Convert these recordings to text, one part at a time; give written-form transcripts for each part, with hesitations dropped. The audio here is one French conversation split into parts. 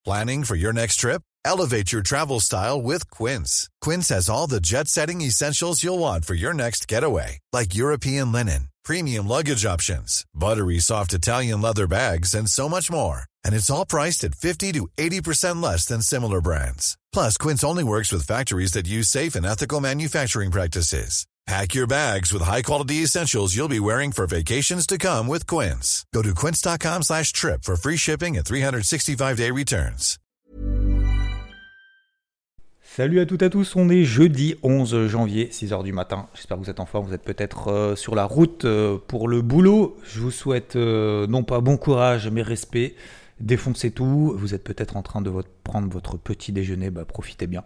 Planning for your next trip? Elevate your travel style with Quince. Quince has all the jet-setting essentials you'll want for your next getaway, like European linen, premium luggage options, buttery soft Italian leather bags, and so much more. And it's all priced at 50 to 80% less than similar brands. Plus, Quince only works with factories that use safe and ethical manufacturing practices. Pack your bags with high-quality essentials you'll be wearing for vacations to come with Quince. Go to quince.com/trip for free shipping and 365-day returns. Salut à toutes et à tous, on est jeudi 11 janvier, 6h du matin. J'espère que vous êtes en forme, vous êtes peut-être sur la route pour le boulot. Je vous souhaite non pas bon courage, mais respect. Défoncez tout, vous êtes peut-être en train de prendre votre petit déjeuner, profitez bien.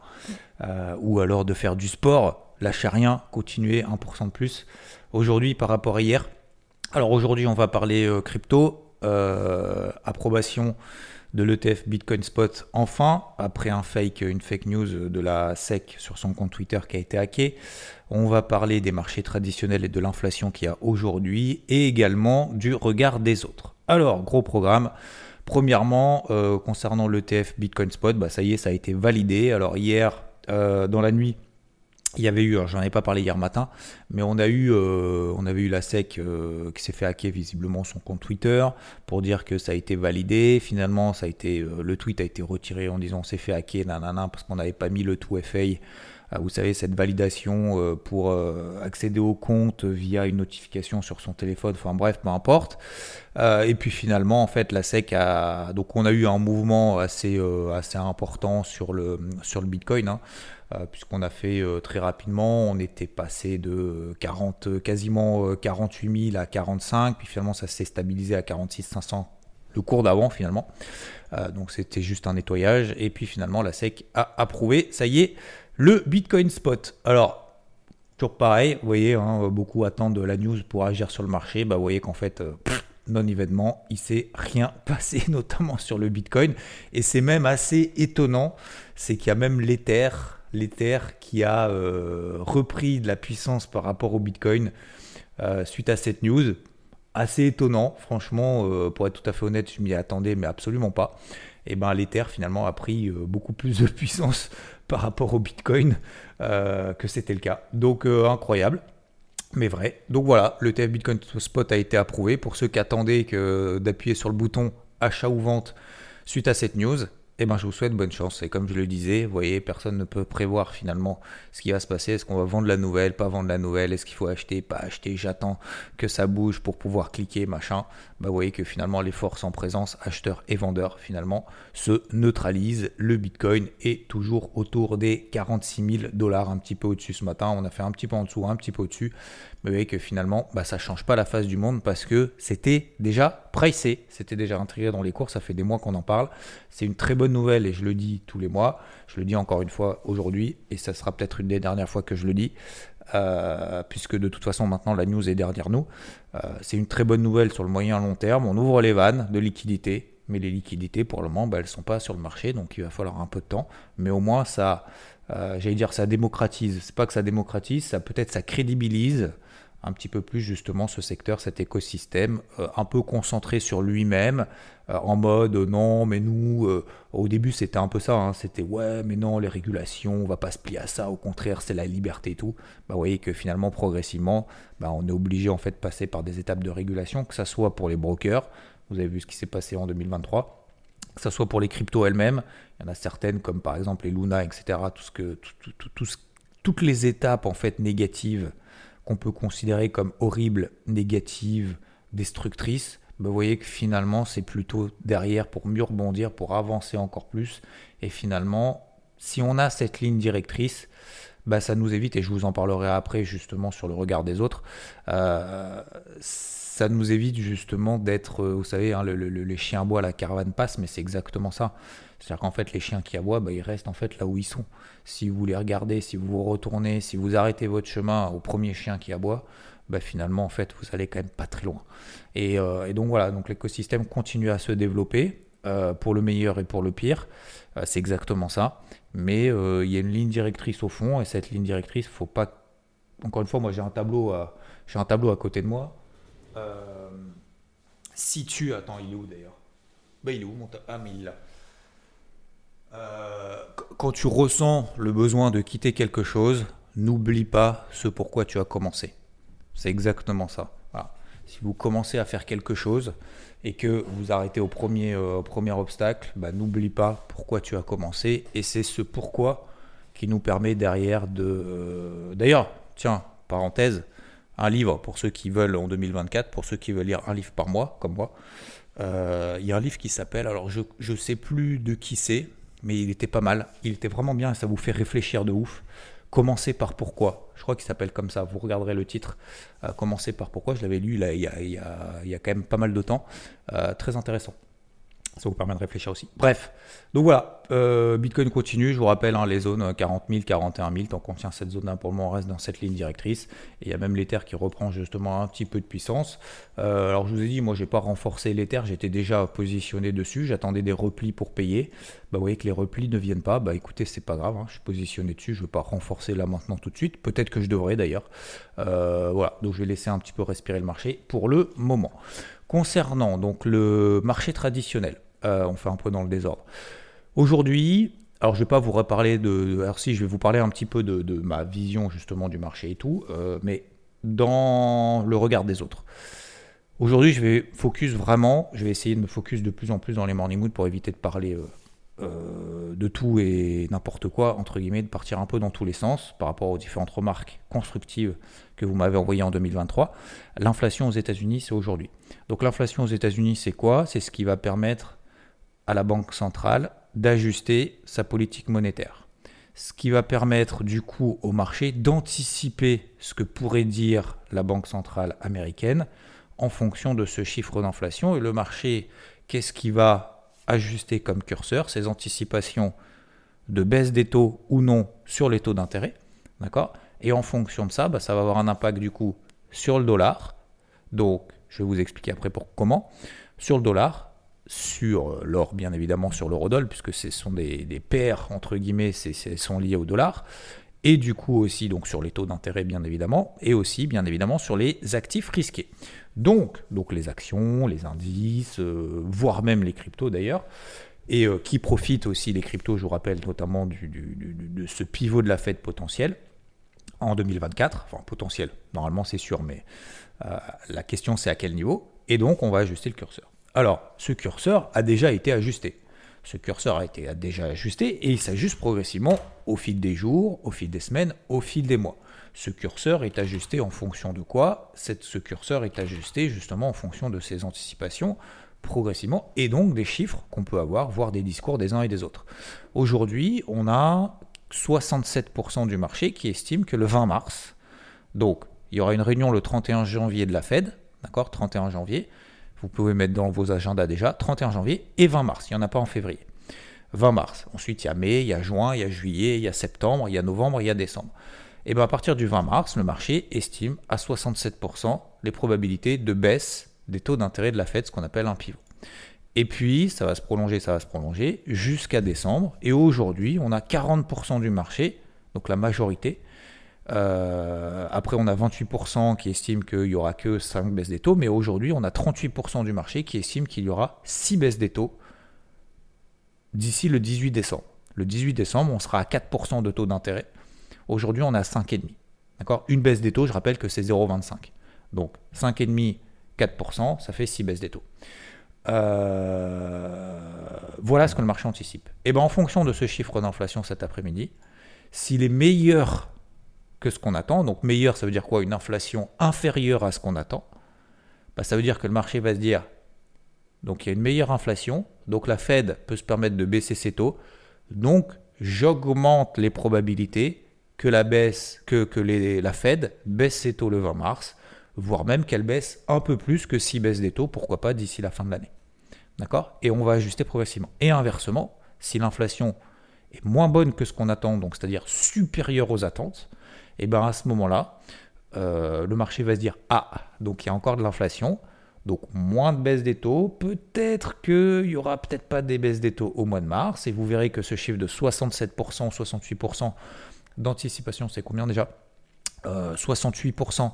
Ou alors de faire du sport. Lâchez rien, continuez 1% de plus. Aujourd'hui, par rapport à hier, alors aujourd'hui, on va parler crypto, approbation de l'ETF Bitcoin Spot enfin, après une fake news de la SEC sur son compte Twitter qui a été hacké. On va parler des marchés traditionnels et de l'inflation qu'il y a aujourd'hui et également du regard des autres. Alors, gros programme. Premièrement, concernant l'ETF Bitcoin Spot, ça y est, ça a été validé. Alors hier, dans la nuit, il y avait eu, j'en ai pas parlé hier matin, mais on avait eu la SEC qui s'est fait hacker visiblement son compte Twitter pour dire que ça a été validé. Finalement, le tweet a été retiré en disant on s'est fait hacker, parce qu'on n'avait pas mis le 2FA. Vous savez, cette validation pour accéder au compte via une notification sur son téléphone, enfin bref, peu importe. Et puis finalement, en fait, la SEC donc on a eu un mouvement assez important sur le Bitcoin, puisqu'on a fait très rapidement, on était passé de quasiment 48 000 à 45, puis finalement ça s'est stabilisé à 46 500 le cours d'avant finalement. Donc c'était juste un nettoyage, et puis finalement la SEC a approuvé, ça y est, le Bitcoin Spot. Alors, toujours pareil, vous voyez, beaucoup attendent la news pour agir sur le marché. Vous voyez qu'en fait, non-événement, il ne s'est rien passé, notamment sur le Bitcoin. Et c'est même assez étonnant, c'est qu'il y a même l'Ether qui a repris de la puissance par rapport au Bitcoin suite à cette news. Assez étonnant, franchement, pour être tout à fait honnête, je m'y attendais, mais absolument pas. Et l'Ether finalement a pris beaucoup plus de puissance par rapport au Bitcoin que c'était le cas. Donc incroyable, mais vrai. Donc voilà, le ETF Bitcoin Spot a été approuvé. Pour ceux qui attendaient d'appuyer sur le bouton achat ou vente suite à cette news, je vous souhaite bonne chance. Et comme je le disais, vous voyez, personne ne peut prévoir finalement ce qui va se passer. Est-ce qu'on va vendre la nouvelle, pas vendre la nouvelle? Est-ce qu'il faut acheter, pas acheter? J'attends que ça bouge pour pouvoir cliquer, machin. Vous voyez que finalement les forces en présence, acheteurs et vendeurs, finalement, se neutralisent. Le Bitcoin est toujours autour des 46 000 $, un petit peu au-dessus ce matin. On a fait un petit peu en dessous, un petit peu au-dessus. Mais vous voyez que finalement, ça ne change pas la face du monde parce que c'était déjà pricé, c'était déjà intégré dans les cours. Ça fait des mois qu'on en parle. C'est une très bonne nouvelle et je le dis tous les mois. Je le dis encore une fois aujourd'hui et ça sera peut-être une des dernières fois que je le dis. Puisque de toute façon maintenant la news est derrière nous. C'est une très bonne nouvelle sur le moyen et long terme. On ouvre les vannes de liquidités, mais les liquidités pour le moment elles ne sont pas sur le marché, donc il va falloir un peu de temps. Mais au moins ça, ça démocratise. C'est pas que ça démocratise, ça peut-être ça crédibilise un petit peu plus justement ce secteur, cet écosystème, un peu concentré sur lui-même, en mode non mais nous, au début c'était un peu ça, c'était ouais mais non les régulations, on va pas se plier à ça, au contraire c'est la liberté et tout. Vous voyez que finalement progressivement, on est obligé en fait de passer par des étapes de régulation, que ça soit pour les brokers, vous avez vu ce qui s'est passé en 2023, que ça soit pour les cryptos elles-mêmes, il y en a certaines comme par exemple les Luna, etc., toutes les étapes en fait négatives qu'on peut considérer comme horribles, négatives, destructrices, vous voyez que finalement c'est plutôt derrière pour mieux rebondir, pour avancer encore plus. Et finalement, si on a cette ligne directrice, ça nous évite, et je vous en parlerai après justement sur le regard des autres, ça nous évite justement d'être, vous savez, les chiens aboient, la caravane passe, mais c'est exactement ça. C'est-à-dire qu'en fait, les chiens qui aboient, ils restent en fait là où ils sont. Si vous les regardez, si vous vous retournez, si vous arrêtez votre chemin au premier chien qui aboie, finalement, en fait, vous allez quand même pas très loin. Et donc voilà, donc l'écosystème continue à se développer pour le meilleur et pour le pire. C'est exactement ça. Mais il y a une ligne directrice au fond, et cette ligne directrice, faut pas. Encore une fois, moi, j'ai un tableau à côté de moi. Attends, il est où d'ailleurs? Il est où mon tableau? Ah, mais il est là. quand tu ressens le besoin de quitter quelque chose, n'oublie pas ce pourquoi tu as commencé. C'est exactement ça. Voilà. Si vous commencez à faire quelque chose et que vous arrêtez au premier obstacle, n'oublie pas pourquoi tu as commencé. Et c'est ce pourquoi qui nous permet derrière de... D'ailleurs, tiens, parenthèse, un livre pour ceux qui veulent en 2024, pour ceux qui veulent lire un livre par mois, comme moi. Il y a un livre qui s'appelle, alors je ne sais plus de qui c'est, mais il était pas mal. Il était vraiment bien et ça vous fait réfléchir de ouf. Commencez par pourquoi. Je crois qu'il s'appelle comme ça. Vous regarderez le titre. Commencez par pourquoi. Je l'avais lu là, il y a quand même pas mal de temps. Très intéressant. Ça vous permet de réfléchir aussi. Bref, donc voilà, Bitcoin continue. Je vous rappelle les zones 40 000, 41 000. Tant qu'on tient cette zone-là, pour le moment, on reste dans cette ligne directrice. Et il y a même l'Ether qui reprend justement un petit peu de puissance. Alors je vous ai dit, moi, je n'ai pas renforcé l'Ether. J'étais déjà positionné dessus. J'attendais des replis pour payer. Vous voyez que les replis ne viennent pas. Écoutez, c'est pas grave. Je suis positionné dessus. Je ne veux pas renforcer là maintenant tout de suite. Peut-être que je devrais d'ailleurs. Voilà, donc je vais laisser un petit peu respirer le marché pour le moment. Concernant donc le marché traditionnel. On fait un peu dans le désordre. Aujourd'hui, alors je ne vais pas vous reparler alors si, je vais vous parler un petit peu de ma vision justement du marché et tout, mais dans le regard des autres. Aujourd'hui, je vais essayer de me focus de plus en plus dans les morning mood pour éviter de parler de tout et n'importe quoi, entre guillemets, de partir un peu dans tous les sens par rapport aux différentes remarques constructives que vous m'avez envoyées en 2023. L'inflation aux États-Unis, c'est aujourd'hui. Donc l'inflation aux États-Unis, c'est quoi ? C'est ce qui va permettre à la Banque centrale d'ajuster sa politique monétaire. Ce qui va permettre du coup au marché d'anticiper ce que pourrait dire la Banque centrale américaine en fonction de ce chiffre d'inflation. Et le marché, qu'est-ce qui va ajuster comme curseur ? Ces anticipations de baisse des taux ou non sur les taux d'intérêt. D'accord ? Et en fonction de ça, ça va avoir un impact du coup sur le dollar. Donc, je vais vous expliquer après comment. Sur le dollar, sur l'or, bien évidemment, sur l'eurodoll, puisque ce sont des paires, entre guillemets, sont liés au dollar, et du coup aussi donc sur les taux d'intérêt, bien évidemment, et aussi, bien évidemment, sur les actifs risqués. Donc les actions, les indices, voire même les cryptos d'ailleurs, et qui profitent aussi, les cryptos, je vous rappelle, notamment de ce pivot de la Fed potentiel en 2024, enfin potentiel, normalement c'est sûr, mais la question c'est à quel niveau, et donc on va ajuster le curseur. Alors, ce curseur a déjà été ajusté. Ce curseur a déjà ajusté et il s'ajuste progressivement au fil des jours, au fil des semaines, au fil des mois. Ce curseur est ajusté en fonction de quoi ? Ce curseur est ajusté justement en fonction de ces anticipations progressivement et donc des chiffres qu'on peut avoir, voire des discours des uns et des autres. Aujourd'hui, on a 67% du marché qui estime que le 20 mars, donc il y aura une réunion le 31 janvier de la Fed, d'accord, 31 janvier, vous pouvez mettre dans vos agendas déjà, 31 janvier et 20 mars, il n'y en a pas en février. 20 mars, ensuite il y a mai, il y a juin, il y a juillet, il y a septembre, il y a novembre, il y a décembre. Et à partir du 20 mars, le marché estime à 67% les probabilités de baisse des taux d'intérêt de la Fed, ce qu'on appelle un pivot. Et puis, ça va se prolonger jusqu'à décembre. Et aujourd'hui, on a 40% du marché, donc la majorité. Après, on a 28% qui estiment qu'il n'y aura que 5 baisses des taux. Mais aujourd'hui, on a 38% du marché qui estime qu'il y aura 6 baisses des taux d'ici le 18 décembre. Le 18 décembre, on sera à 4% de taux d'intérêt. Aujourd'hui, on est à 5,5%. D'accord ? Une baisse des taux, je rappelle que c'est 0,25. Donc, 5,5%, 4%, ça fait 6 baisses des taux. Voilà ce que le marché anticipe. Et en fonction de ce chiffre d'inflation cet après-midi, s'il est meilleur que ce qu'on attend, donc meilleur, ça veut dire quoi ? Une inflation inférieure à ce qu'on attend, ça veut dire que le marché va se dire, donc il y a une meilleure inflation, donc la Fed peut se permettre de baisser ses taux, donc j'augmente les probabilités que la Fed baisse ses taux le 20 mars, voire même qu'elle baisse un peu plus que 6 baisses des taux, pourquoi pas d'ici la fin de l'année. D'accord ? Et on va ajuster progressivement. Et inversement, si l'inflation est moins bonne que ce qu'on attend, donc c'est-à-dire supérieure aux attentes, et à ce moment-là, le marché va se dire « Ah, donc il y a encore de l'inflation, donc moins de baisse des taux, peut-être qu'il n'y aura peut-être pas des baisses des taux au mois de mars, et vous verrez que ce chiffre de 67%, 68% d'anticipation, c'est combien déjà ? 68%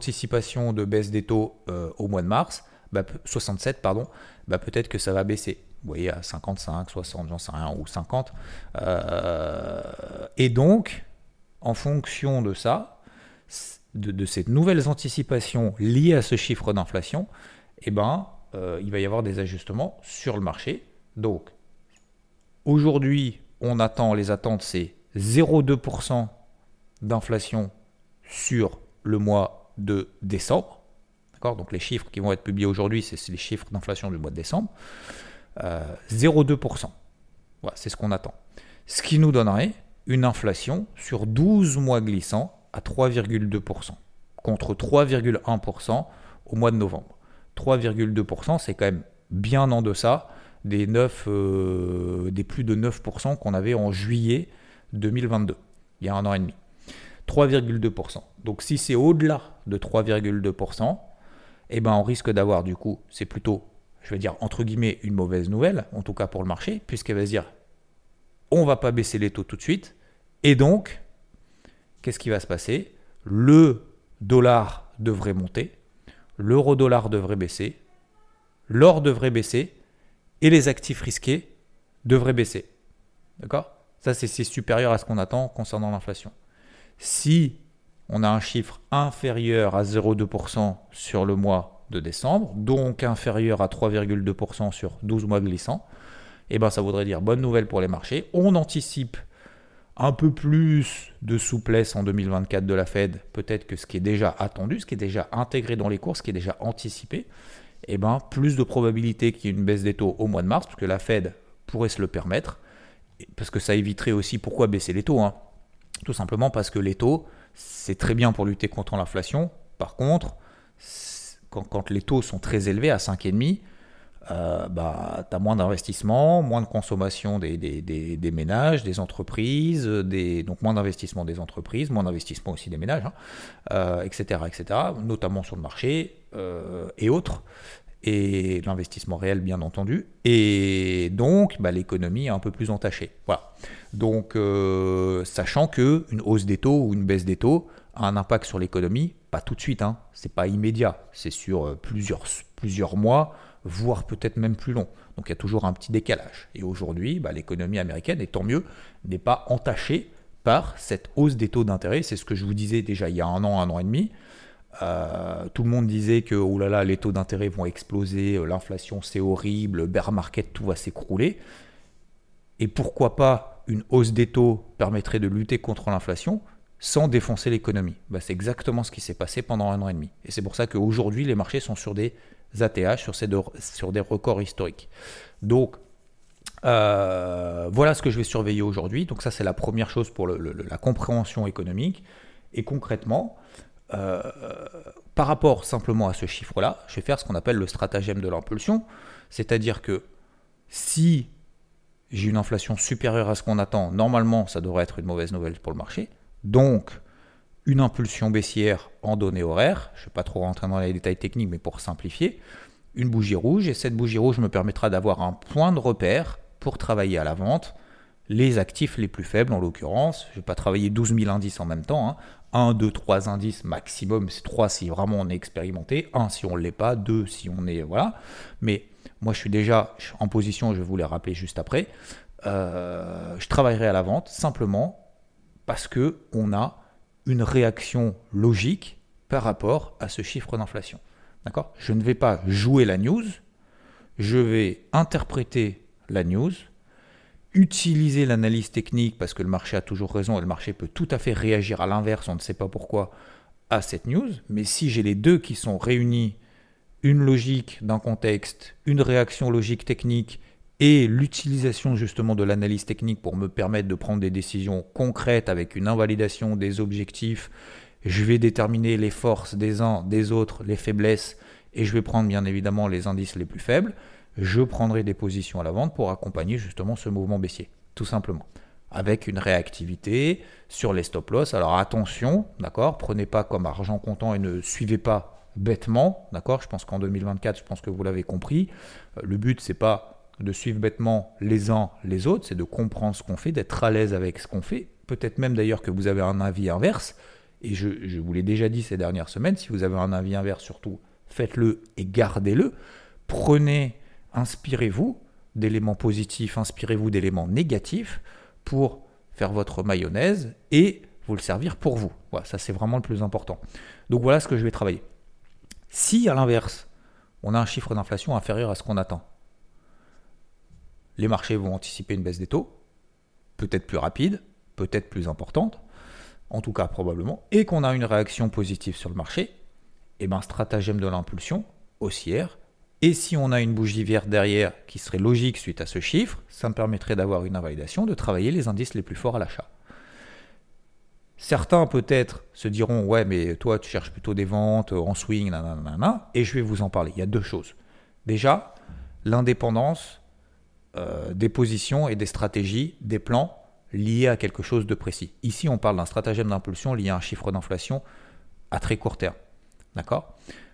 d'anticipation de baisse des taux au mois de mars, 67, pardon, peut-être que ça va baisser. Vous voyez, à 55, 60, j'en sais rien, ou 50. Et donc, en fonction de ça, de ces nouvelles anticipations liées à ce chiffre d'inflation, il va y avoir des ajustements sur le marché. Donc, aujourd'hui, les attentes, c'est 0,2% d'inflation sur le mois de décembre. D'accord ? Donc, les chiffres qui vont être publiés aujourd'hui, c'est les chiffres d'inflation du mois de décembre. 0,2%. Voilà, c'est ce qu'on attend. Ce qui nous donnerait une inflation sur 12 mois glissants à 3,2%, contre 3,1% au mois de novembre. 3,2%, c'est quand même bien en deçà des plus de 9% qu'on avait en juillet 2022, il y a un an et demi. 3,2%. Donc si c'est au-delà de 3,2%, on risque d'avoir du coup, c'est plutôt, je vais dire entre guillemets, une mauvaise nouvelle, en tout cas pour le marché, puisqu'elle va se dire, on ne va pas baisser les taux tout de suite, et donc, qu'est-ce qui va se passer ? Le dollar devrait monter, l'euro-dollar devrait baisser, l'or devrait baisser, et les actifs risqués devraient baisser. D'accord ? Ça, c'est supérieur à ce qu'on attend concernant l'inflation. Si on a un chiffre inférieur à 0,2% sur le mois de décembre, donc inférieur à 3,2% sur 12 mois glissants, ça voudrait dire bonne nouvelle pour les marchés. On anticipe un peu plus de souplesse en 2024 de la Fed, peut-être que ce qui est déjà attendu, ce qui est déjà intégré dans les cours, ce qui est déjà anticipé, plus de probabilité qu'il y ait une baisse des taux au mois de mars, parce que la Fed pourrait se le permettre, parce que ça éviterait aussi pourquoi baisser les taux. Tout simplement parce que les taux, c'est très bien pour lutter contre l'inflation. Par contre, quand les taux sont très élevés, à 5,5, tu as moins d'investissement, moins de consommation des ménages, des entreprises, donc moins d'investissement des entreprises, moins d'investissement aussi des ménages, etc., notamment sur le marché et autres, et l'investissement réel bien entendu, et donc l'économie est un peu plus entachée. Voilà. Donc sachant qu'une hausse des taux ou une baisse des taux a un impact sur l'économie, pas tout de suite, c'est pas immédiat, c'est sur plusieurs mois, voire peut-être même plus long. Donc il y a toujours un petit décalage. Et aujourd'hui, l'économie américaine, et tant mieux, n'est pas entachée par cette hausse des taux d'intérêt. C'est ce que je vous disais déjà il y a un an et demi. Tout le monde disait que oh là là, les taux d'intérêt vont exploser, l'inflation c'est horrible, bear market, tout va s'écrouler. Et pourquoi pas une hausse des taux permettrait de lutter contre l'inflation sans défoncer l'économie ? C'est exactement ce qui s'est passé pendant un an et demi. Et c'est pour ça qu'aujourd'hui, les marchés sont sur des ATH, sur des records historiques. Donc, voilà ce que je vais surveiller aujourd'hui. Donc ça, c'est la première chose pour la compréhension économique. Et concrètement, par rapport simplement à ce chiffre-là, je vais faire ce qu'on appelle le stratagème de l'impulsion. C'est-à-dire que si j'ai une inflation supérieure à ce qu'on attend, normalement, ça devrait être une mauvaise nouvelle pour le marché. Donc, une impulsion baissière en données horaires, je ne vais pas trop rentrer dans les détails techniques, mais pour simplifier, une bougie rouge, et cette bougie rouge me permettra d'avoir un point de repère pour travailler à la vente, les actifs les plus faibles en l'occurrence. Je ne vais pas travailler 12 000 indices en même temps, 1, 2, 3 indices maximum, c'est 3 si vraiment on est expérimenté, 1 si on ne l'est pas, 2 si on est... Voilà. Mais moi je suis déjà en position, je vais vous les rappeler juste après, je travaillerai à la vente simplement parce qu'on a une réaction logique par rapport à ce chiffre d'inflation. D'accord ? Je ne vais pas jouer la news, je vais interpréter la news, utiliser l'analyse technique parce que le marché a toujours raison et le marché peut tout à fait réagir à l'inverse, on ne sait pas pourquoi, à cette news. Mais si j'ai les deux qui sont réunis, une logique d'un contexte, une réaction logique technique et l'utilisation justement de l'analyse technique pour me permettre de prendre des décisions concrètes avec une invalidation des objectifs, je vais déterminer les forces des uns, des autres, les faiblesses, et je vais prendre bien évidemment les indices les plus faibles. Je prendrai des positions à la vente pour accompagner justement ce mouvement baissier, tout simplement, avec une réactivité sur les stop-loss. Alors attention, d'accord, prenez pas comme argent comptant et ne suivez pas bêtement, d'accord. Je pense qu'en 2024, je pense que vous l'avez compris, le but c'est pas de suivre bêtement les uns les autres, c'est de comprendre ce qu'on fait, d'être à l'aise avec ce qu'on fait, peut-être même d'ailleurs que vous avez un avis inverse, et je vous l'ai déjà dit ces dernières semaines, si vous avez un avis inverse surtout, faites-le et gardez-le, inspirez-vous d'éléments positifs, inspirez-vous d'éléments négatifs pour faire votre mayonnaise et vous le servir pour vous. Voilà, ça c'est vraiment le plus important. Donc voilà ce que je vais travailler. Si à l'inverse, on a un chiffre d'inflation inférieur à ce qu'on attend, les marchés vont anticiper une baisse des taux, peut-être plus rapide, peut-être plus importante, en tout cas probablement, et qu'on a une réaction positive sur le marché, et bien stratagème de l'impulsion haussière. Et si on a une bougie verte derrière qui serait logique suite à ce chiffre, ça me permettrait d'avoir une invalidation, de travailler les indices les plus forts à l'achat. Certains peut-être se diront « Ouais, mais toi tu cherches plutôt des ventes en swing, nanana », et je vais vous en parler. Il y a deux choses. Déjà, l'indépendance des positions et des stratégies, des plans liés à quelque chose de précis. Ici, on parle d'un stratagème d'impulsion lié à un chiffre d'inflation à très court terme. D'accord ?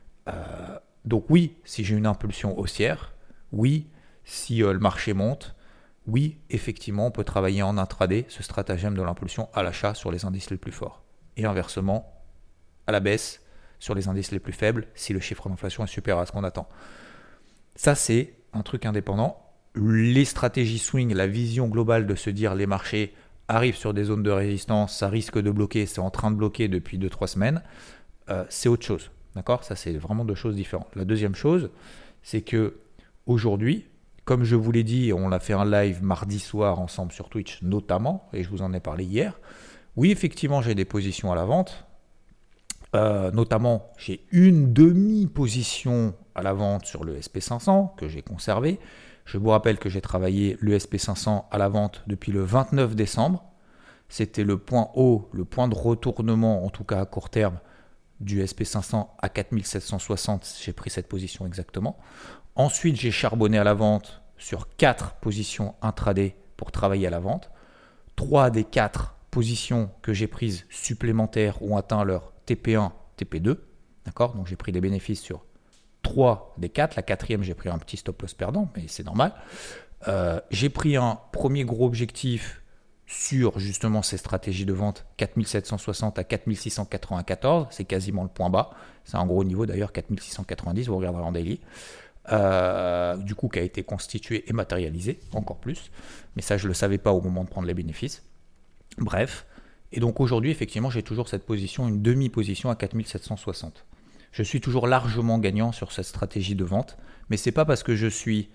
Donc oui, si j'ai une impulsion haussière, oui, si le marché monte, oui, effectivement, on peut travailler en intraday ce stratagème de l'impulsion à l'achat sur les indices les plus forts. Et inversement, à la baisse sur les indices les plus faibles si le chiffre d'inflation est supérieur à ce qu'on attend. Ça, c'est un truc indépendant. Les stratégies swing, la vision globale de se dire les marchés arrivent sur des zones de résistance, ça risque de bloquer, c'est en train de bloquer depuis 2-3 semaines, c'est autre chose. D'accord ? Ça, c'est vraiment deux choses différentes. La deuxième chose, c'est que aujourd'hui, comme je vous l'ai dit, on a fait un live mardi soir ensemble sur Twitch notamment, et je vous en ai parlé hier. Oui, effectivement, j'ai des positions à la vente. Notamment, j'ai une demi-position à la vente sur le SP500 que j'ai conservé. Je vous rappelle que j'ai travaillé le SP500 à la vente depuis le 29 décembre. C'était le point haut, le point de retournement, en tout cas à court terme, du SP500 à 4760. J'ai pris cette position exactement. Ensuite, j'ai charbonné à la vente sur 4 positions intraday pour travailler à la vente. 3 des 4 positions que j'ai prises supplémentaires ont atteint leur TP1, TP2. D'accord ? Donc j'ai pris des bénéfices sur 3 des 4. La quatrième, j'ai pris un petit stop loss perdant, mais c'est normal. J'ai pris un premier gros objectif sur justement ces stratégies de vente 4760 à 4694. C'est quasiment le point bas. C'est un gros niveau d'ailleurs, 4690, vous regarderez en daily. Du coup qui a été constitué et matérialisé encore plus, mais ça je ne le savais pas au moment de prendre les bénéfices. Bref, et donc aujourd'hui effectivement j'ai toujours cette position, une demi-position à 4760. Je suis toujours largement gagnant sur cette stratégie de vente, mais c'est pas parce que je suis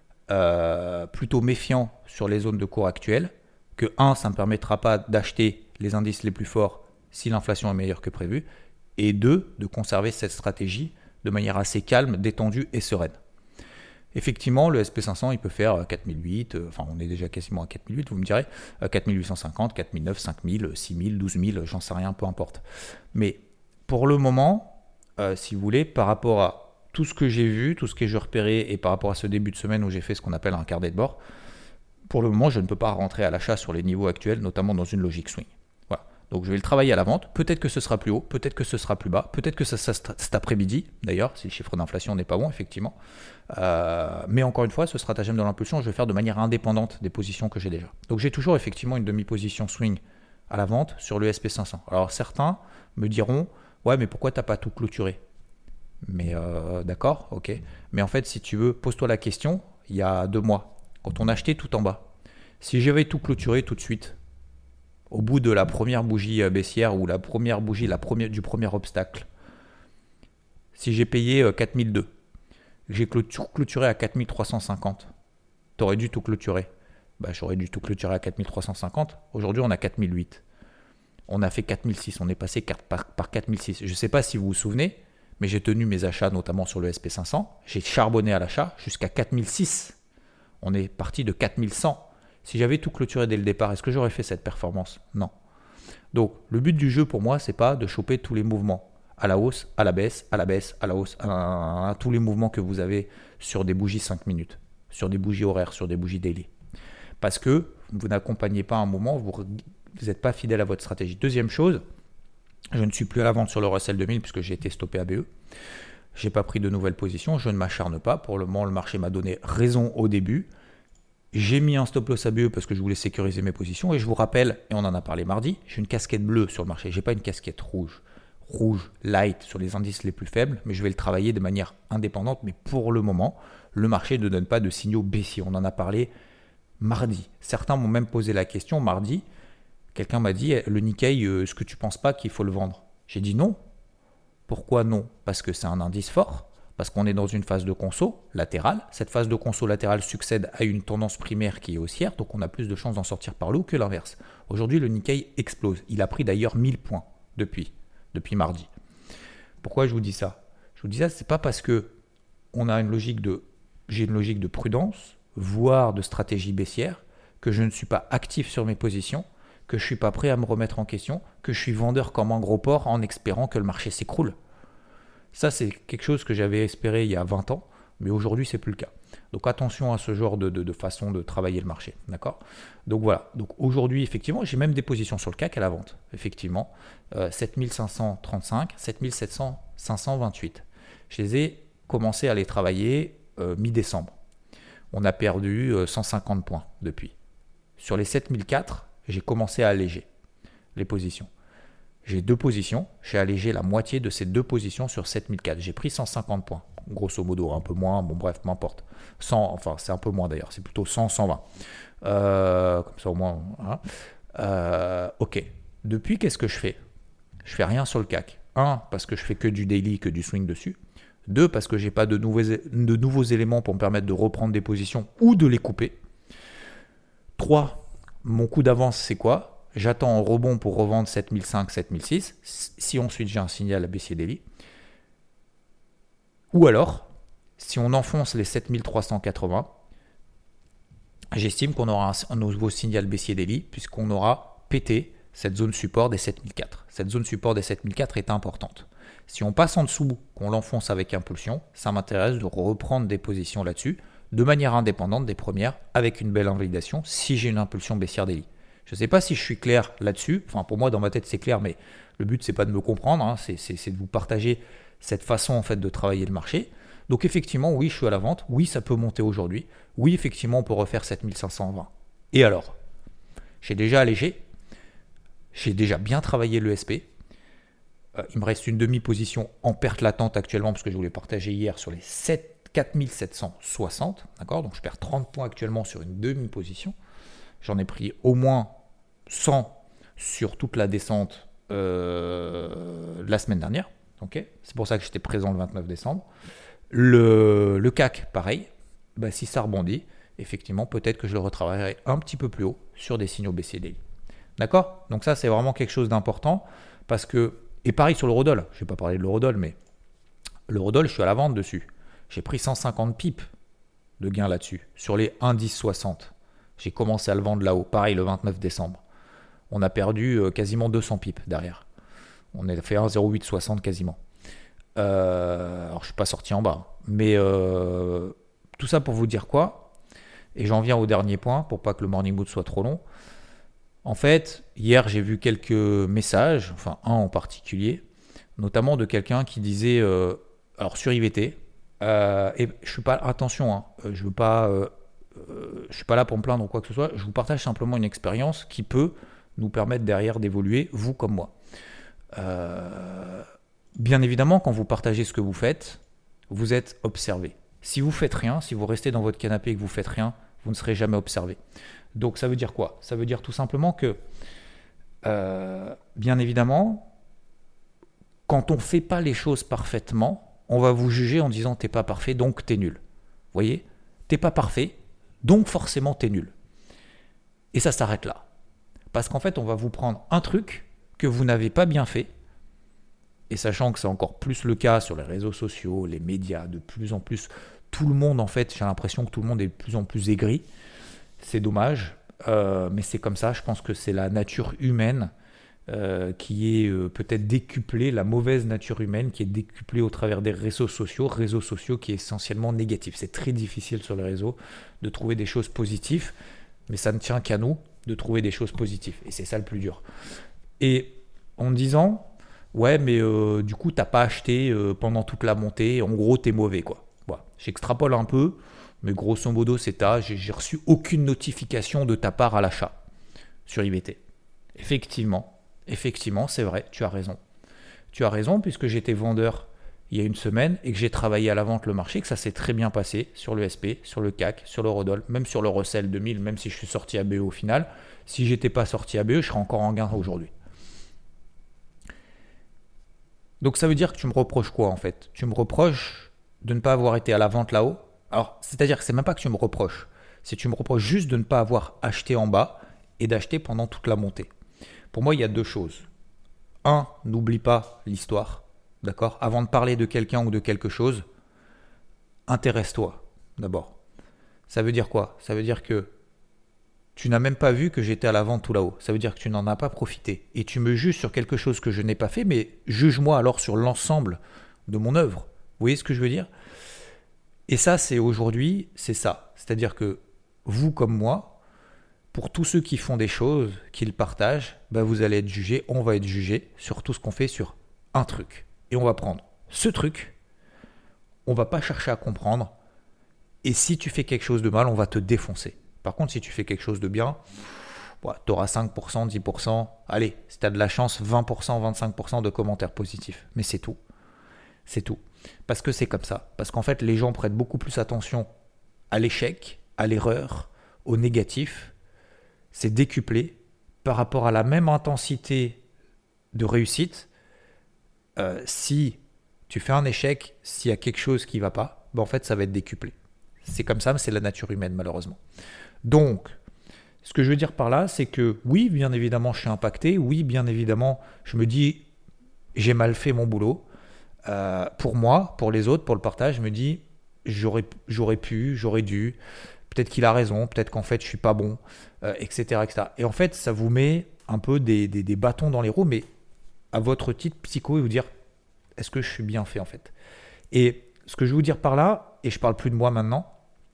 plutôt méfiant sur les zones de cours actuelles que ça ne me permettra pas d'acheter les indices les plus forts si l'inflation est meilleure que prévu, et 2, de conserver cette stratégie de manière assez calme, détendue et sereine. Effectivement, le SP500, il peut faire 4008, enfin on est déjà quasiment à 4008, vous me direz, 4850, 4009, 5000, 6000, 12000, j'en sais rien, peu importe. Mais pour le moment, si vous voulez, par rapport à tout ce que j'ai vu, tout ce que j'ai repéré, et par rapport à ce début de semaine où j'ai fait ce qu'on appelle un carnet de bord, pour le moment, je ne peux pas rentrer à l'achat sur les niveaux actuels, notamment dans une logique swing. Voilà. Donc je vais le travailler à la vente, peut-être que ce sera plus haut, peut-être que ce sera plus bas, peut-être que ça cet après-midi, d'ailleurs, si le chiffre d'inflation n'est pas bon, effectivement. Mais encore une fois, ce stratagème de l'impulsion, je vais faire de manière indépendante des positions que j'ai déjà. Donc j'ai toujours effectivement une demi-position swing à la vente sur le SP500. Alors certains me diront, ouais, mais pourquoi tu n'as pas tout clôturé ? Mais d'accord, ok. Mais en fait, si tu veux, pose-toi la question, il y a 2 mois, quand on achetait tout en bas, si j'avais tout clôturé tout de suite, au bout de la première bougie baissière ou la première bougie du premier obstacle, si j'ai payé 4002, j'ai clôturé à 4350, tu aurais dû tout clôturer. J'aurais dû tout clôturer à 4350. Aujourd'hui, on a 4008. On a fait 4006. On est passé par 4006. Je ne sais pas si vous vous souvenez, mais j'ai tenu mes achats, notamment sur le SP500. J'ai charbonné à l'achat jusqu'à 4006. On est parti de 4100. Si j'avais tout clôturé dès le départ, est-ce que j'aurais fait cette performance ? Non. Donc, le but du jeu pour moi, c'est pas de choper tous les mouvements. À la hausse, à la baisse, à la baisse, à la hausse, à tous les mouvements que vous avez sur des bougies 5 minutes, sur des bougies horaires, sur des bougies daily. Parce que vous n'accompagnez pas un moment, vous n'êtes pas fidèle à votre stratégie. Deuxième chose, je ne suis plus à la vente sur le Russell 2000 puisque j'ai été stoppé à BE. Je n'ai pas pris de nouvelles positions, je ne m'acharne pas. Pour le moment, le marché m'a donné raison au début. J'ai mis un stop loss à BE parce que je voulais sécuriser mes positions. Et je vous rappelle, et on en a parlé mardi, j'ai une casquette bleue sur le marché. Je n'ai pas une casquette rouge. Rouge, light sur les indices les plus faibles, mais je vais le travailler de manière indépendante. Mais pour le moment, Le marché ne donne pas de signaux baissiers. On en a parlé mardi. Certains m'ont même posé la question mardi. Quelqu'un m'a dit, le Nikkei, est-ce que tu ne penses pas qu'il faut le vendre? J'ai dit non. Pourquoi non? Parce que c'est un indice fort, parce qu'on est dans une phase de conso latérale. Cette phase de conso latérale succède à une tendance primaire qui est haussière, donc on a plus de chances d'en sortir par le haut que l'inverse. Aujourd'hui, le Nikkei explose. Il a pris d'ailleurs 1000 points depuis mardi. Pourquoi je vous dis ça? Je vous dis ça, c'est pas parce que j'ai une logique de prudence, voire de stratégie baissière, que je ne suis pas actif sur mes positions, que je ne suis pas prêt à me remettre en question, que je suis vendeur comme un gros porc en espérant que le marché s'écroule. Ça, c'est quelque chose que j'avais espéré il y a 20 ans, mais aujourd'hui, ce n'est plus le cas. Donc attention à ce genre de façon de travailler le marché. D'accord? Donc voilà. Donc aujourd'hui, effectivement, j'ai même des positions sur le CAC à la vente. Effectivement, 7535, 7700, 528. Je les ai commencé à les travailler mi-décembre. On a perdu 150 points depuis. Sur les 7004, j'ai commencé à alléger les positions. J'ai 2 positions, j'ai allégé la moitié de ces 2 positions sur 7004. J'ai pris 150 points, grosso modo, un peu moins, bon bref, m'importe. 100, enfin c'est un peu moins d'ailleurs, c'est plutôt 100, 120. Comme ça au moins, hein. Ok, depuis qu'est-ce que je fais? Je fais rien sur le CAC. 1, parce que je fais que du daily, que du swing dessus. 2, parce que j'ai pas de nouveaux éléments pour me permettre de reprendre des positions ou de les couper. 3, mon coup d'avance, c'est quoi? J'attends un rebond pour revendre 7005, 7006. Si ensuite j'ai un signal à baissier daily. Ou alors, si on enfonce les 7380, j'estime qu'on aura un nouveau signal baissier daily puisqu'on aura pété cette zone support des 7004. Cette zone support des 7004 est importante. Si on passe en dessous, qu'on l'enfonce avec impulsion, ça m'intéresse de reprendre des positions là-dessus de manière indépendante des premières, avec une belle invalidation, si j'ai une impulsion baissière daily. Je ne sais pas si je suis clair là-dessus, enfin pour moi dans ma tête c'est clair, mais le but c'est pas de me comprendre, hein, c'est de vous partager cette façon en fait de travailler le marché. Donc effectivement, oui, je suis à la vente, oui, ça peut monter aujourd'hui, oui, effectivement, on peut refaire 7520. Et alors? J'ai déjà allégé, j'ai déjà bien travaillé l'ESP, il me reste une demi-position en perte latente actuellement, parce que je vous l'ai partagé hier sur les 4760, d'accord? Donc je perds 30 points actuellement sur une demi-position. J'en ai pris au moins 100 sur toute la descente la semaine dernière. Okay, c'est pour ça que j'étais présent le 29 décembre. Le CAC, pareil. Bah, si ça rebondit, effectivement, peut-être que je le retravaillerai un petit peu plus haut sur des signaux baissiers daily. D'accord? Donc ça, c'est vraiment quelque chose d'important. Parce que, et pareil sur l'eurodoll. Je ne vais pas parler de l'eurodoll, mais l'eurodoll, je suis à la vente dessus. J'ai pris 150 pips de gain là-dessus, sur les 1,1060. J'ai commencé à le vendre là-haut, pareil le 29 décembre. On a perdu quasiment 200 pips derrière. On a fait 1,0860 quasiment. Alors je ne suis pas sorti en bas. Mais tout ça pour vous dire quoi? Et j'en viens au dernier point, pour pas que le morning mood soit trop long. En fait, hier j'ai vu quelques messages, enfin un en particulier, notamment de quelqu'un qui disait, alors sur IVT, et je suis pas, attention, hein, je suis pas là pour me plaindre ou quoi que ce soit, je vous partage simplement une expérience qui peut nous permettre derrière d'évoluer, vous comme moi. Bien évidemment, quand vous partagez ce que vous faites, vous êtes observé. Si vous faites rien, si vous restez dans votre canapé et que vous faites rien, vous ne serez jamais observé. Donc ça veut dire quoi? Ça veut dire tout simplement que, bien évidemment, quand on ne fait pas les choses parfaitement, on va vous juger en disant t'es pas parfait, donc t'es nul. Vous voyez? T'es pas parfait, donc forcément t'es nul. Et ça s'arrête là. Parce qu'en fait, on va vous prendre un truc que vous n'avez pas bien fait, et sachant que c'est encore plus le cas sur les réseaux sociaux, les médias, de plus en plus, tout le monde en fait, j'ai l'impression que tout le monde est de plus en plus aigri. C'est dommage, mais c'est comme ça. Je pense que c'est la nature humaine qui est peut-être décuplée, la mauvaise nature humaine qui est décuplée au travers des réseaux sociaux qui est essentiellement négatif. C'est très difficile sur les réseaux de trouver des choses positives, mais ça ne tient qu'à nous de trouver des choses positives. Et c'est ça le plus dur. Et en me disant, ouais, mais du coup, t'as pas acheté pendant toute la montée, en gros, t'es mauvais, quoi. Voilà. J'extrapole un peu, mais grosso modo, c'est ça. J'ai reçu aucune notification de ta part à l'achat sur IVT. Effectivement, c'est vrai, tu as raison. Tu as raison, puisque j'étais vendeur il y a une semaine et que j'ai travaillé à la vente le marché, que ça s'est très bien passé sur le SP, sur le CAC, sur le Rodol, même sur le Russell 2000, même si je suis sorti ABE au final. Si j'étais pas sorti ABE, je serais encore en gain aujourd'hui. Donc ça veut dire que tu me reproches quoi en fait? Tu me reproches de ne pas avoir été à la vente là-haut. Alors, c'est-à-dire que c'est même pas que tu me reproches, c'est que tu me reproches juste de ne pas avoir acheté en bas et d'acheter pendant toute la montée. Pour moi, il y a deux choses. Un, n'oublie pas l'histoire, d'accord? Avant de parler de quelqu'un ou de quelque chose, intéresse-toi d'abord. Ça veut dire quoi? Ça veut dire que tu n'as même pas vu que j'étais à la vente tout là-haut. Ça veut dire que tu n'en as pas profité. Et tu me juges sur quelque chose que je n'ai pas fait, mais juge-moi alors sur l'ensemble de mon œuvre. Vous voyez ce que je veux dire? Et ça, c'est aujourd'hui, c'est ça. C'est-à-dire que vous comme moi, pour tous ceux qui font des choses, qui le partagent, vous allez être jugés, on va être jugés sur tout ce qu'on fait sur un truc. Et on va prendre ce truc, on va pas chercher à comprendre, et si tu fais quelque chose de mal, on va te défoncer. Par contre, si tu fais quelque chose de bien, tu auras 5%, 10%, allez, si tu as de la chance, 20%, 25% de commentaires positifs. Mais c'est tout. C'est tout. Parce que c'est comme ça. Parce qu'en fait, les gens prêtent beaucoup plus attention à l'échec, à l'erreur, au négatif. C'est décuplé par rapport à la même intensité de réussite. Si tu fais un échec, s'il y a quelque chose qui ne va pas, en fait, ça va être décuplé. C'est comme ça, mais c'est la nature humaine, malheureusement. Donc, ce que je veux dire par là, c'est que oui, bien évidemment, je suis impacté. Oui, bien évidemment, je me dis, j'ai mal fait mon boulot. Pour moi, pour les autres, pour le partage, je me dis, j'aurais pu, j'aurais dû. Peut-être qu'il a raison, peut-être qu'en fait, je ne suis pas bon, etc., etc. Et en fait, ça vous met un peu des bâtons dans les roues, mais à votre titre psycho et vous dire, est-ce que je suis bien fait, en fait? Et ce que je veux vous dire par là, et je ne parle plus de moi maintenant,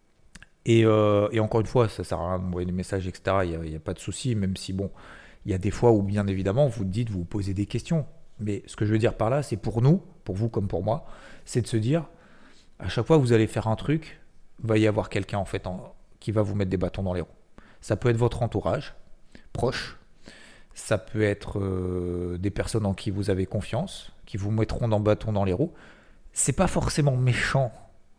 et encore une fois, ça ne sert à rien d'envoyer des messages, etc., il n'y a pas de souci, même si, il y a des fois où, bien évidemment, vous dites, vous posez des questions. Mais ce que je veux dire par là, c'est pour nous, pour vous comme pour moi, c'est de se dire, à chaque fois que vous allez faire un truc, va y avoir quelqu'un en fait qui va vous mettre des bâtons dans les roues. Ça peut être votre entourage proche, ça peut être des personnes en qui vous avez confiance, qui vous mettront des bâtons dans les roues. C'est pas forcément méchant,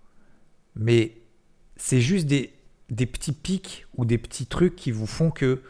mais c'est juste des petits pics ou des petits trucs qui vous font que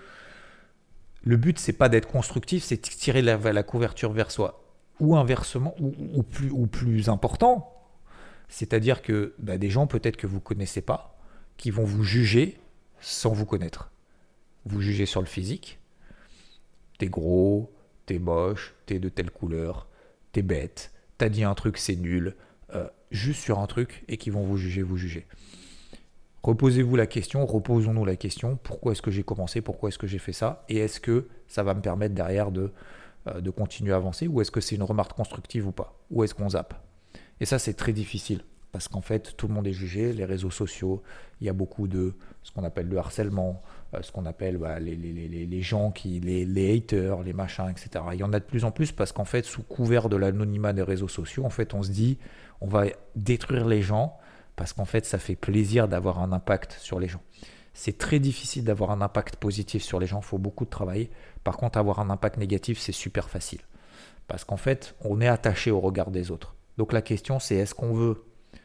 le but c'est pas d'être constructif, c'est de tirer la couverture vers soi. Ou inversement, ou plus important, c'est-à-dire que des gens peut-être que vous ne connaissez pas, qui vont vous juger sans vous connaître. Vous jugez sur le physique. T'es gros, t'es moche, t'es de telle couleur, t'es bête, t'as dit un truc, c'est nul. Juste sur un truc et qui vont vous juger. Reposez-vous la question, reposons-nous la question. Pourquoi est-ce que j'ai commencé? Pourquoi est-ce que j'ai fait ça? Et est-ce que ça va me permettre derrière de continuer à avancer? Ou est-ce que c'est une remarque constructive ou pas? Ou est-ce qu'on zappe? Et ça, c'est très difficile parce qu'en fait, tout le monde est jugé. Les réseaux sociaux, il y a beaucoup de ce qu'on appelle le harcèlement, ce qu'on appelle les gens, les haters, les machins, etc. Il y en a de plus en plus parce qu'en fait, sous couvert de l'anonymat des réseaux sociaux, en fait, on se dit, on va détruire les gens parce qu'en fait, ça fait plaisir d'avoir un impact sur les gens. C'est très difficile d'avoir un impact positif sur les gens, il faut beaucoup de travail. Par contre, avoir un impact négatif, c'est super facile parce qu'en fait, on est attaché au regard des autres. Donc la question c'est est-ce qu'on veut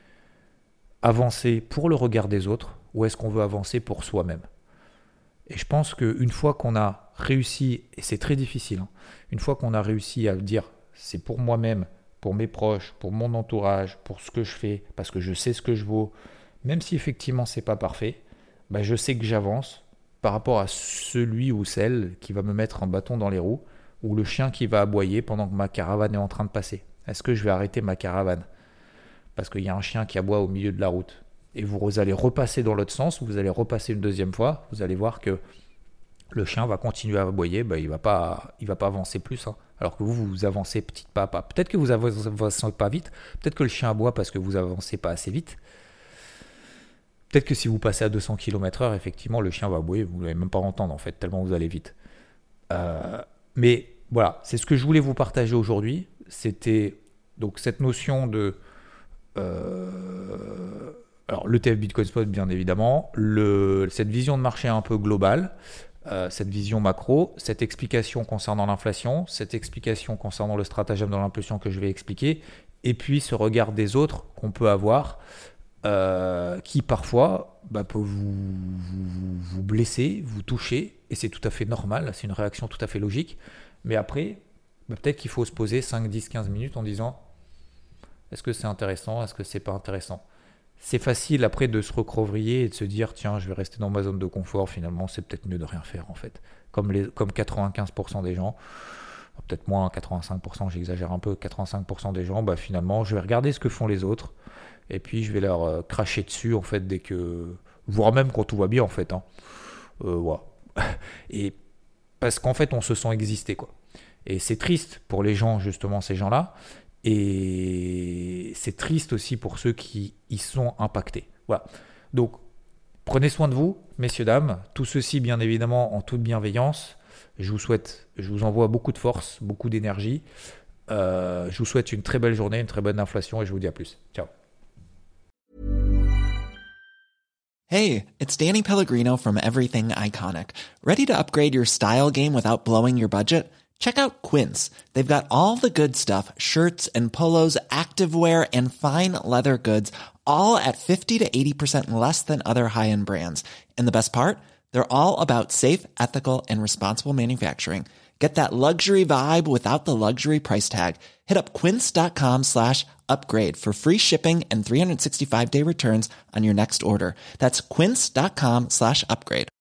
avancer pour le regard des autres ou est-ce qu'on veut avancer pour soi-même? Et je pense qu'une fois qu'on a réussi, et c'est très difficile, une fois qu'on a réussi à dire c'est pour moi-même, pour mes proches, pour mon entourage, pour ce que je fais, parce que je sais ce que je vaux, même si effectivement c'est pas parfait, je sais que j'avance par rapport à celui ou celle qui va me mettre un bâton dans les roues ou le chien qui va aboyer pendant que ma caravane est en train de passer. Est-ce que je vais arrêter ma caravane parce qu'il y a un chien qui aboie au milieu de la route? Et vous allez repasser dans l'autre sens, vous allez repasser une deuxième fois, vous allez voir que le chien va continuer à aboyer, il va pas avancer plus. Alors que vous avancez petit pas à pas. Peut-être que vous avancez pas vite, peut-être que le chien aboie parce que vous avancez pas assez vite. Peut-être que si vous passez à 200 km/h, effectivement, le chien va aboyer, vous ne l'allez même pas entendre en fait, tellement vous allez vite. Mais voilà, c'est ce que je voulais vous partager aujourd'hui. C'était donc cette notion de alors l'ETF Bitcoin Spot bien évidemment, cette vision de marché un peu globale, cette vision macro, cette explication concernant l'inflation, cette explication concernant le stratagème de l'impulsion que je vais expliquer, et puis ce regard des autres qu'on peut avoir, qui parfois peut vous blesser, vous toucher, et c'est tout à fait normal, c'est une réaction tout à fait logique, mais après, peut-être qu'il faut se poser 5, 10, 15 minutes en disant est-ce que c'est intéressant, est-ce que c'est pas intéressant. C'est facile après de se recroqueviller et de se dire tiens, je vais rester dans ma zone de confort, finalement c'est peut-être mieux de rien faire en fait. Comme 95% des gens, peut-être moins 85%, j'exagère un peu, 85% des gens, finalement je vais regarder ce que font les autres et puis je vais leur cracher dessus en fait dès que, voire même quand tout va bien en fait. Voilà. Et parce qu'en fait on se sent exister quoi. Et c'est triste pour les gens justement, ces gens-là. Et c'est triste aussi pour ceux qui y sont impactés. Voilà. Donc, prenez soin de vous, messieurs, dames. Tout ceci, bien évidemment, en toute bienveillance. Je vous envoie beaucoup de force, beaucoup d'énergie. Je vous souhaite une très belle journée, une très bonne inflation et je vous dis à plus. Ciao. Hey, it's Danny Pellegrino from Everything Iconic. Ready to upgrade your style game without blowing your budget? Check out Quince. They've got all the good stuff, shirts and polos, activewear, and fine leather goods, all at 50 to 80% less than other high-end brands. And the best part? They're all about safe, ethical, and responsible manufacturing. Get that luxury vibe without the luxury price tag. Hit up quince.com/upgrade for free shipping and 365-day returns on your next order. That's quince.com/upgrade.